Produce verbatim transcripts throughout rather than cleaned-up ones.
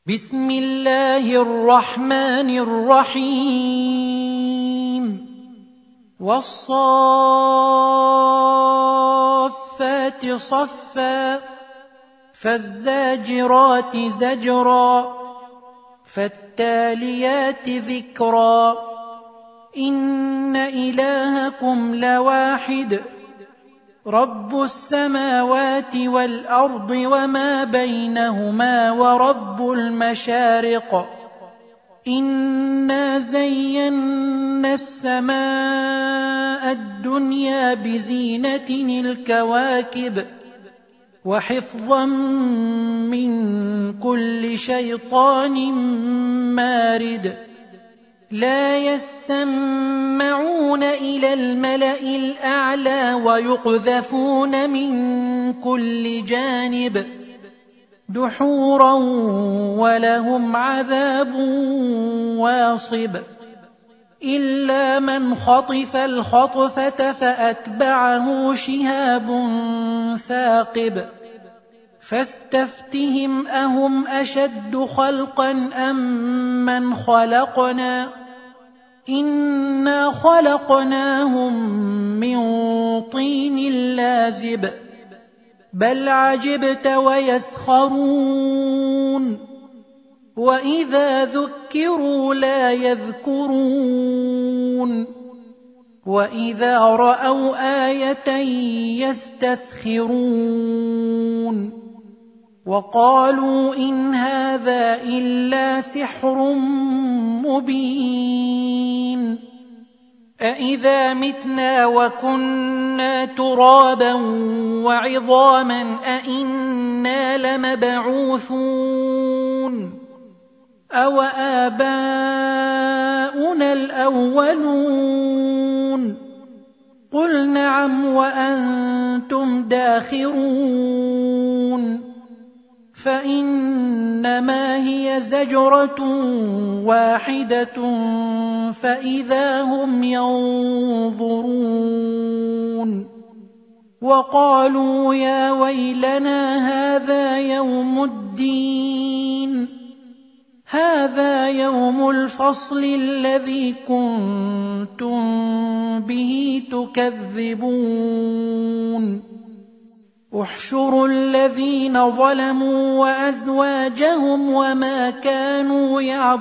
بسم الله الرحمن الرحيم والصافات صفا فالزاجرات زجرا فالتاليات ذكرا إن إلهكم لواحد رب السماوات والأرض وما بينهما ورب المشارق إنا زينا السماء الدنيا بزينة الكواكب وحفظا من كل شيطان مارد لا يسمعون إلى الملأ الأعلى ويقذفون من كل جانب دحورا ولهم عذاب واصب إلا من خطف الخطفة فأتبعه شهاب ثاقب فاستفتهم أهم أشد خلقا أم من خلقنا إنا خلقناهم من طين لازب بل عجبت ويسخرون وإذا ذكروا لا يذكرون وإذا رأوا آية يستسخرون وقالوا إن هذا إلا سحر مبين أإذا متنا وكنا ترابا وعظاما أإنا لمبعوثون أو آباؤنا الأولون قل نعم وأنتم داخرون فإنما هي زجرة واحدة فإذا هم ينظرون وقالوا يا ويلنا هذا يوم الدين هذا يوم الفصل الذي كنتم به تكذبون احشروا الذين ظلموا وأزواجهم وما كانوا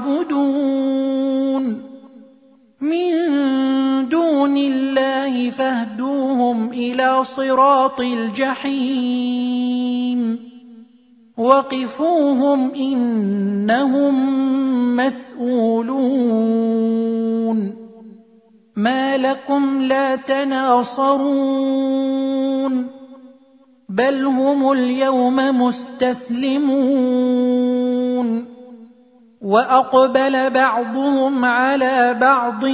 يعبدون من دون الله فاهدوهم إلى صراط الجحيم وقفوهم إنهم مسؤولون ما لكم لا تناصرون بل هم اليوم مستسلمون وأقبل بعضهم على بعض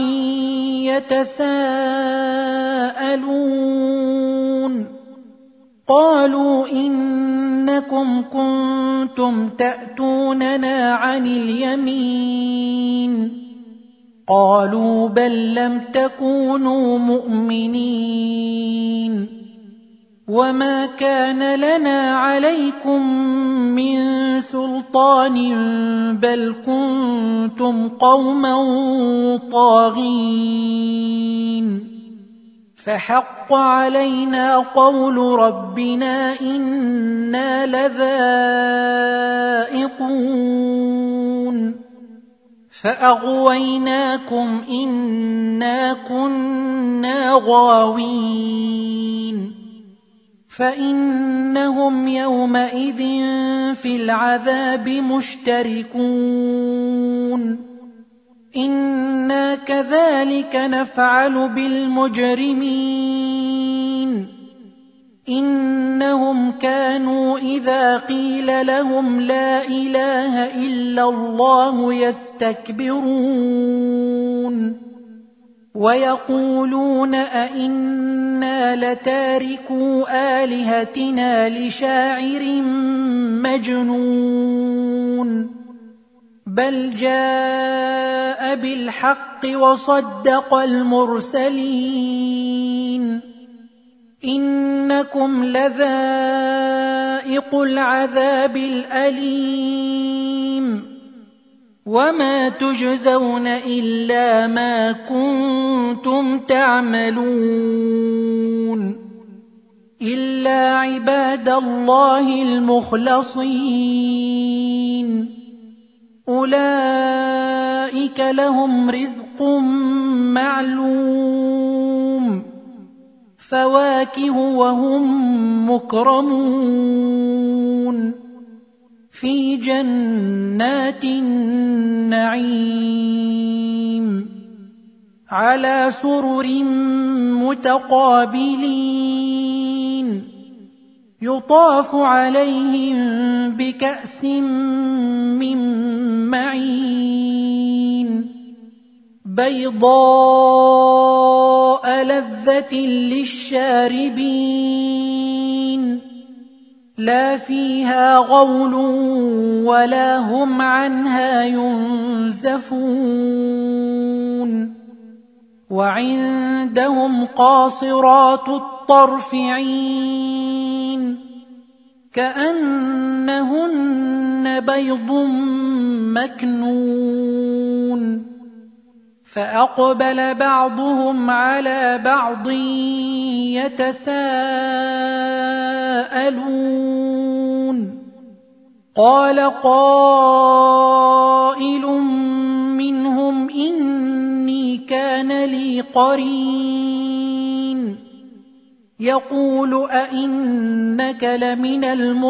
يتساءلون قالوا إنكم كنتم تأتوننا عن اليمين قالوا بل لم تكونوا مؤمنين وما كان لنا عليكم من سلطان بل كنتم قوما طاغين فحق علينا قول ربنا إنا لذائقون فأغويناكم إنا كنا غاوين فإنهم يومئذ في العذاب مشتركون إنا كذلك نفعل بالمجرمين إنهم كانوا إذا قيل لهم لا إله إلا الله يستكبرون ويقولون أئنا لتاركو آلهتنا لشاعر مجنون بل جاء بالحق وصدق المرسلين إنكم لذائق العذاب الأليم وما تجزون إلا ما كنتم تعملون إلا عباد الله المخلصين أولئك لهم رزق معلوم فواكه وهم مكرمون في جنات النعيم على سرر متقابلين يطاف عليهم بكأس من معين بيضاء لذة للشاربين لا فيها غول ولا هم عنها ينزفون وعندهم قاصرات الطرف عين كأنهن بيض مكنون فأقبل بعضهم على بعض يتساءلون قال قائل منهم إني كان لي قرين يقول أئنك لمن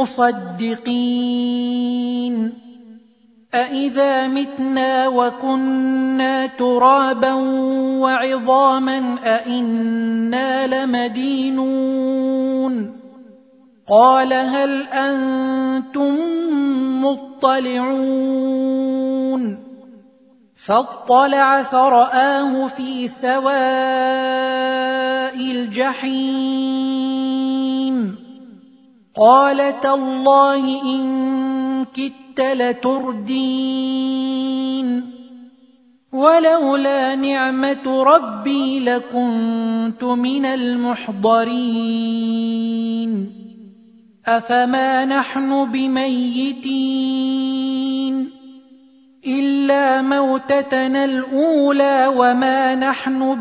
المصدقين أئذا متنا وكنا ترابا وعظاما أئنا لمدينون قال هل أنتم مطلعون فاطلع فرآه في سواء الجحيم قال تالله إن كدت لتردين ولولا نعمة ربي لكنت من المحضرين أفما نحن بميتين إلا موتتنا الأولى وما نحن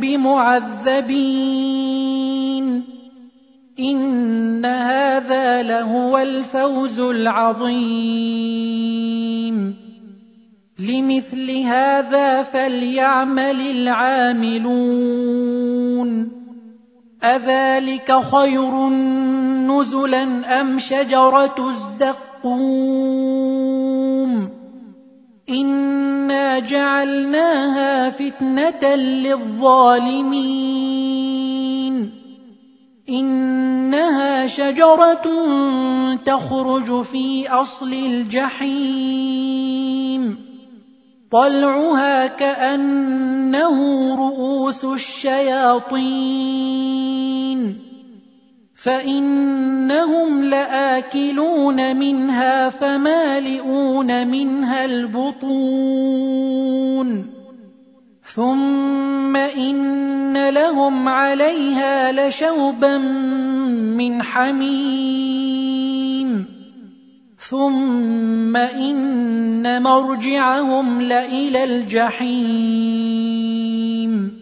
بمعذبين إن هذا لهو الفوز العظيم لمثل هذا فليعمل العاملون أذلك خير نزلا أم شجرة الزقوم إنا جعلناها فتنة للظالمين إنها شجرة تخرج في أصل الجحيم طلعها كأنه رؤوس الشياطين فإنهم لآكلون منها فمالئون منها البطون ثم إن لهم عليها لشوبا من حميم ثم إن مرجعهم لإلى الجحيم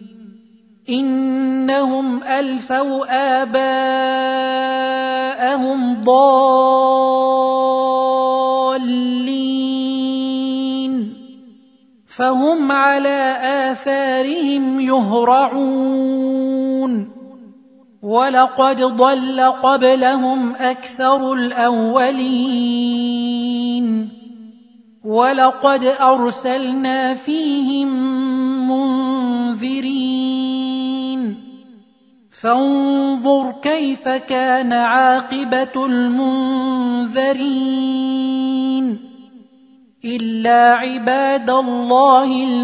إنهم ألفوا آباءهم ضالين فهم على آثارهم يهرعون ولقد ضل قبلهم أكثر الأولين ولقد أرسلنا فيهم منذرين فانظر كيف كان عاقبة المنذرين إلا عباد الله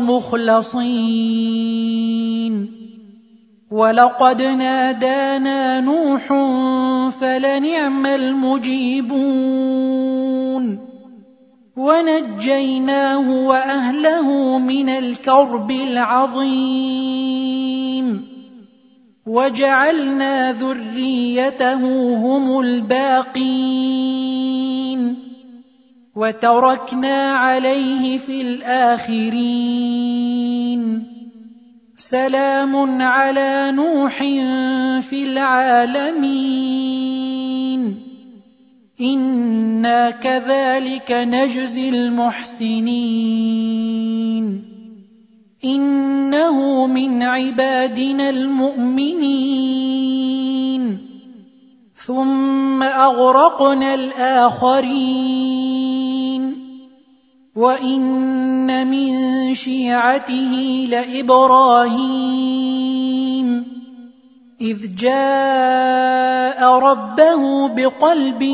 المخلصين ولقد نادانا نوح فلنعم المجيبون ونجيناه وأهله من الكرب العظيم وجعلنا ذريته هم الباقين وتركنا عليه في الآخرين سلام على نوح في العالمين إنا كذلك نجزي المحسنين إنه من عبادنا المؤمنين ثم أغرقنا الآخرين وإن من شيعته لإبراهيم إذ جاء ربه بقلب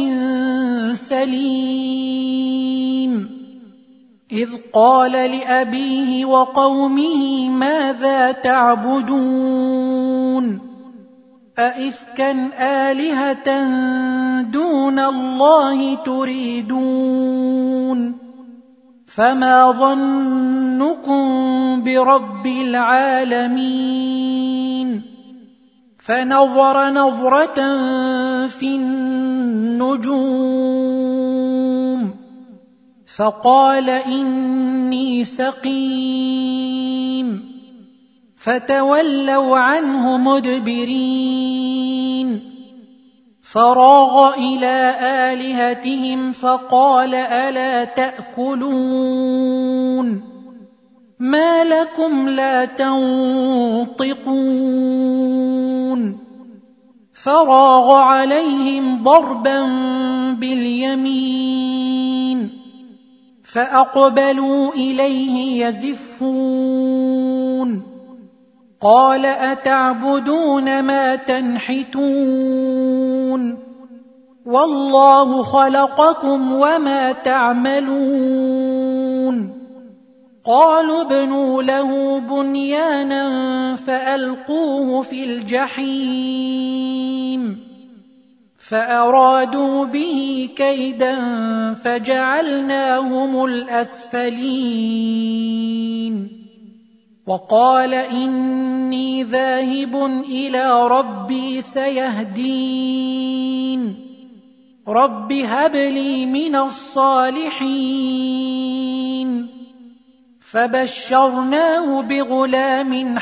سليم إذ قال لأبيه وقومه ماذا تعبدون أئفكا آلهة دون الله تريدون فما ظنكم برب العالمين فنظر نظرة في النجوم فقال إني سقيم فتولوا عنه مدبرين فراغ إلى آلهتهم فقال ألا تأكلون ما لكم لا تنطقون فراغ عليهم ضربا باليمين فأقبلوا إليه يزفون قال أتعبدون ما تنحتون والله خلقكم وما تعملون قالوا ابنوا له بنيانا فألقوه في الجحيم فأرادوا به كيدا فجعلناهم الأسفلين وقال إني ذاهب إلى ربي سيهدين رب هب لي من الصالحين فبشرناه بغلام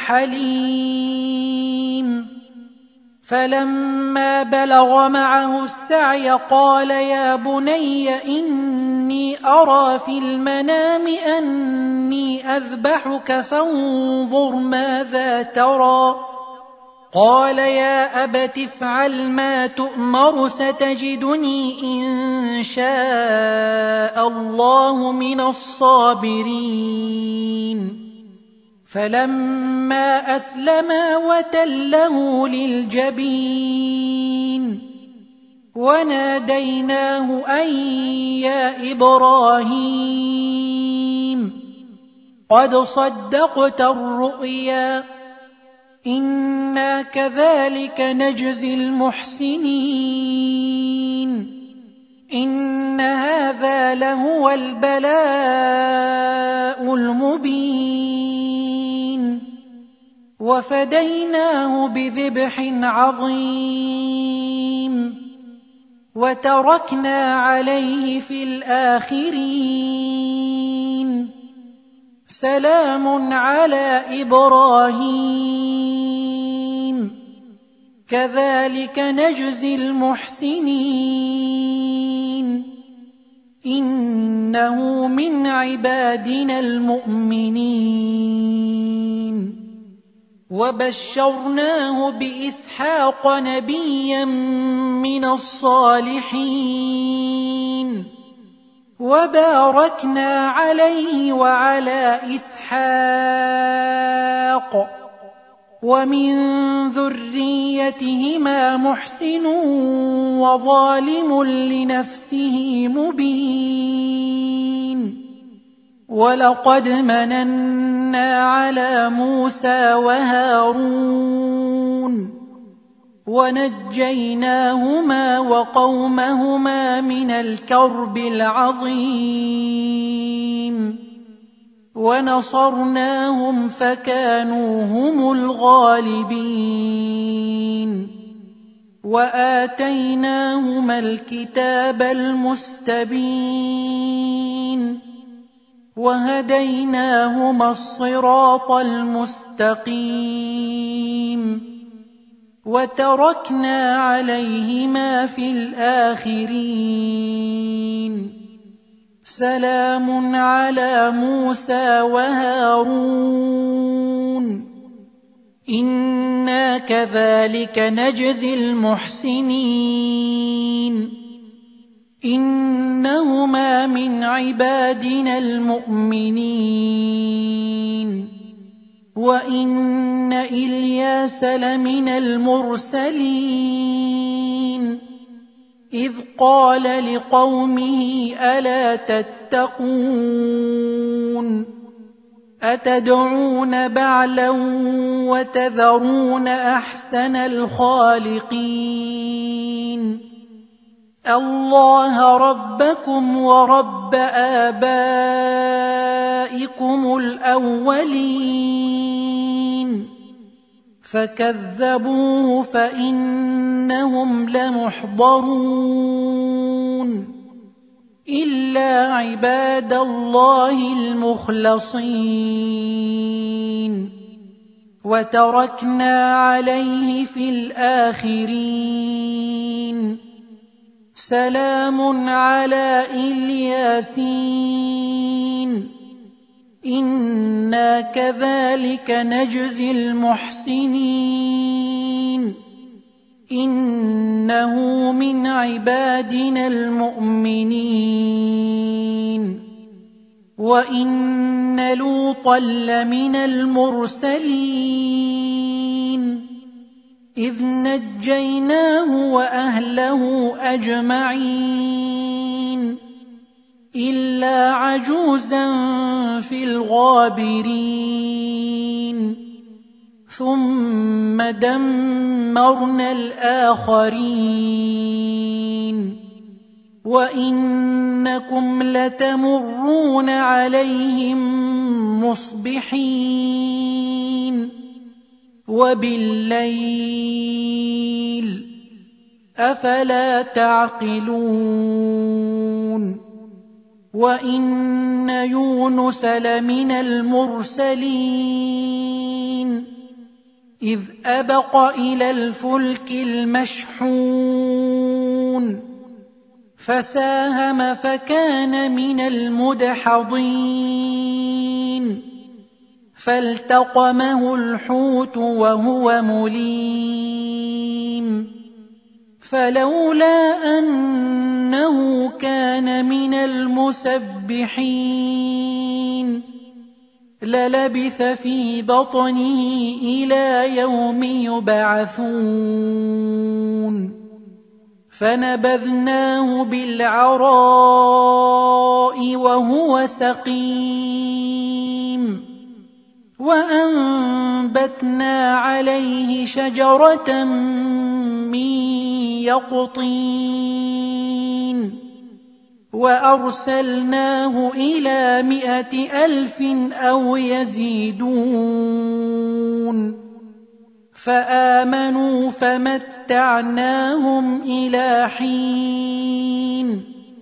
حليم فلما بلغ معه السعي قال يا بني إني أرى في المنام أني أذبحك فانظر ماذا ترى قال يا أبت افعل ما تؤمر ستجدني إن شاء الله من الصابرين فلما أسلما وتله للجبين وناديناه أن يا إبراهيم قد صدقت الرؤيا إنا كذلك نجزي المحسنين إن هذا لهو البلاء المبين وفديناه بذبح عظيم وتركنا عليه في الآخرين سلام على إبراهيم كذلك نجزي المحسنين إنه من عبادنا المؤمنين وبشرناه بإسحاق نبيا من الصالحين وباركنا عليه وعلى إسحاق ومن ذريتهما محسن وظالم لنفسه مبين ولقد مننا على موسى وهارون ونجيناهما وقومهما من الكرب العظيم ونصرناهم فكانوا هم الغالبين وآتيناهما الكتاب المستبين وهديناهما الصراط المستقيم وتركنا عليهما في الآخرين سلام على موسى وهارون إنا كذلك نجزي المحسنين إنهما من عبادنا المؤمنين وإن إلياس لمن المرسلين إذ قال لقومه ألا تتقون أتدعون بعلا وتذرون أحسن الخالقين الله ربكم ورب آبائكم الأولين فكذبوه فإنهم لمحضرون إلا عباد الله المخلصين وتركنا عليه في الآخرين سلام على الياسين إنا كذلك نجزي المحسنين إنه من عبادنا المؤمنين وإن لوطا لمن المرسلين إذ نجيناه وأهله أجمعين إلا عجوزا في الغابرين ثم دمرنا الآخرين وإنكم لتمرون عليهم مصبحين وبالليل أفلا تعقلون وإن يونس لمن المرسلين إذ أبق إلى الفلك المشحون فساهم فكان من المدحضين فالتقمه الحوت وهو مليم فلولا أنه كان من المسبحين للبث في بطنه إلى يوم يبعثون فنبذناه بالعراء وهو سقيم وأنبتنا عليه شجرة من يقطين وأرسلناه إلى مائة ألف أو يزيدون فآمنوا فمتعناهم إلى حين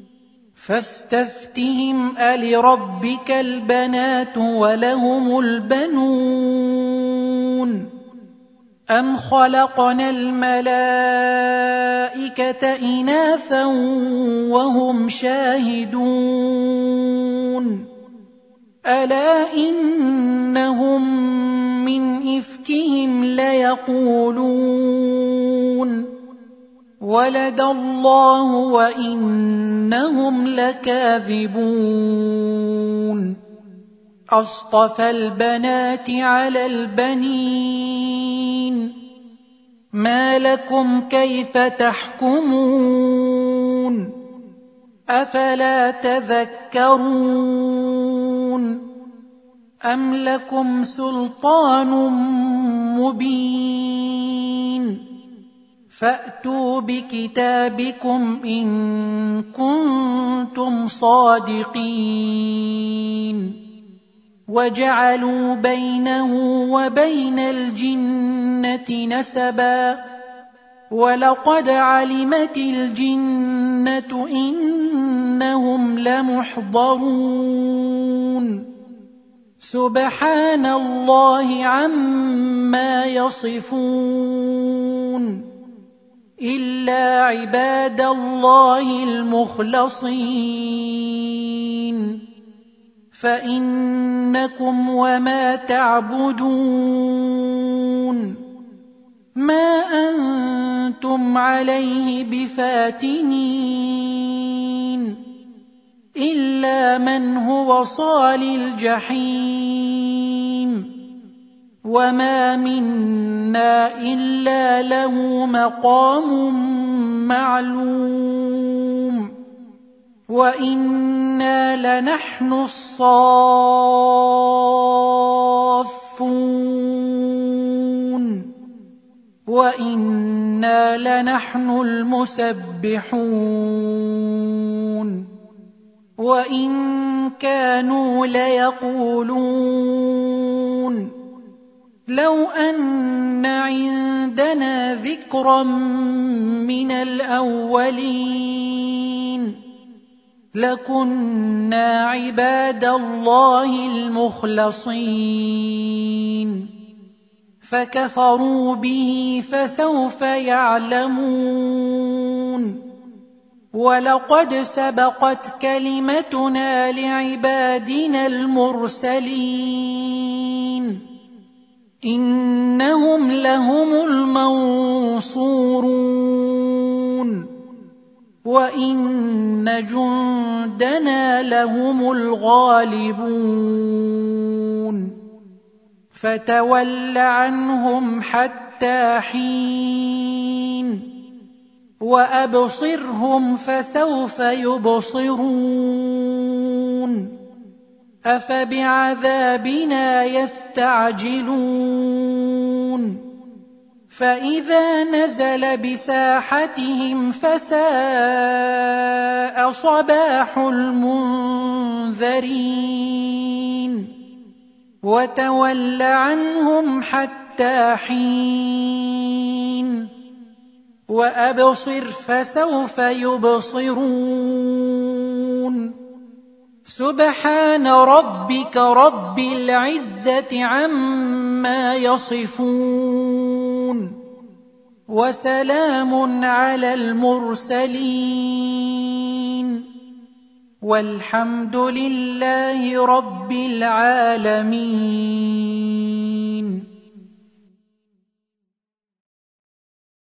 فاستفتهم ألربك البنات ولهم البنون أم خلقنا الملائكة إناثا وهم شاهدون ألا إنهم من إفكهم ليقولون ولد الله وإنهم لكاذبون أصطفى البنات على البنين ما لكم كيف تحكمون أفلا تذكرون أم لكم سلطان مبين فأتوا بكتابكم إن كنتم صادقين وجعلوا بينه وبين الجنة نسبا وَلَقَدْ عَلِمَتِ الْجِنَّةُ إِنَّهُمْ لَمُحْضَرُونَ سُبْحَانَ اللَّهِ عَمَّا يَصِفُونَ إِلَّا عِبَادَ اللَّهِ الْمُخْلَصِينَ فَإِنَّكُمْ وَمَا تَعْبُدُونَ مَا أَنتُمْ عَلَيْهِ بِفَاتِنِينَ إِلَّا مَنْ هُوَ صَالِ الْجَحِيمِ وَمَا مِنَّا إِلَّا لَهُ مَقَامٌ مَّعْلُومٌ وَإِنَّا لَنَحْنُ الصَّافُّونَ وَإِنَّا لَنَحْنُ الْمُسَبِّحُونَ وَإِن كَانُوا لَيَقُولُونَ لَوْ أَنَّ عِندَنَا ذِكْرًا مِّنَ الْأَوَّلِينَ لَكُنَّا عِبَادَ اللَّهِ الْمُخْلَصِينَ فَكَفَرُوا بِهِ فَسَوْفَ يَعْلَمُونَ وَلَقَدْ سَبَقَتْ كَلِمَتُنَا لِعِبَادِنَا الْمُرْسَلِينَ إِنَّهُمْ لَهُمُ الْمَنصُورُونَ وَإِنَّ جُندَنَا لَهُمُ الْغَالِبُونَ فَتَوَلَّ عَنْهُمْ حَتَّىٰ حِينٍ وَأَبْصِرْهُمْ فَسَوْفَ يُبْصِرُونَ أَفَبِعَذَابِنَا يَسْتَعْجِلُونَ فَإِذَا نَزَلَ بِسَاحَتِهِمْ فَسَاءَ صَبَاحُ الْمُنذَرِينَ وَتَوَلَّ عَنْهُمْ حَتَّىٰ حِينٍ وَأَبْصِرْ فَسَوْفَ يُبْصِرُونَ سُبْحَانَ رَبِّكَ رَبِّ الْعِزَّةِ عَمَّا يَصِفُونَ وَسَلَامٌ عَلَى الْمُرْسَلِينَ وَالْحَمْدُ لِلَّهِ رَبِّ الْعَالَمِينَ.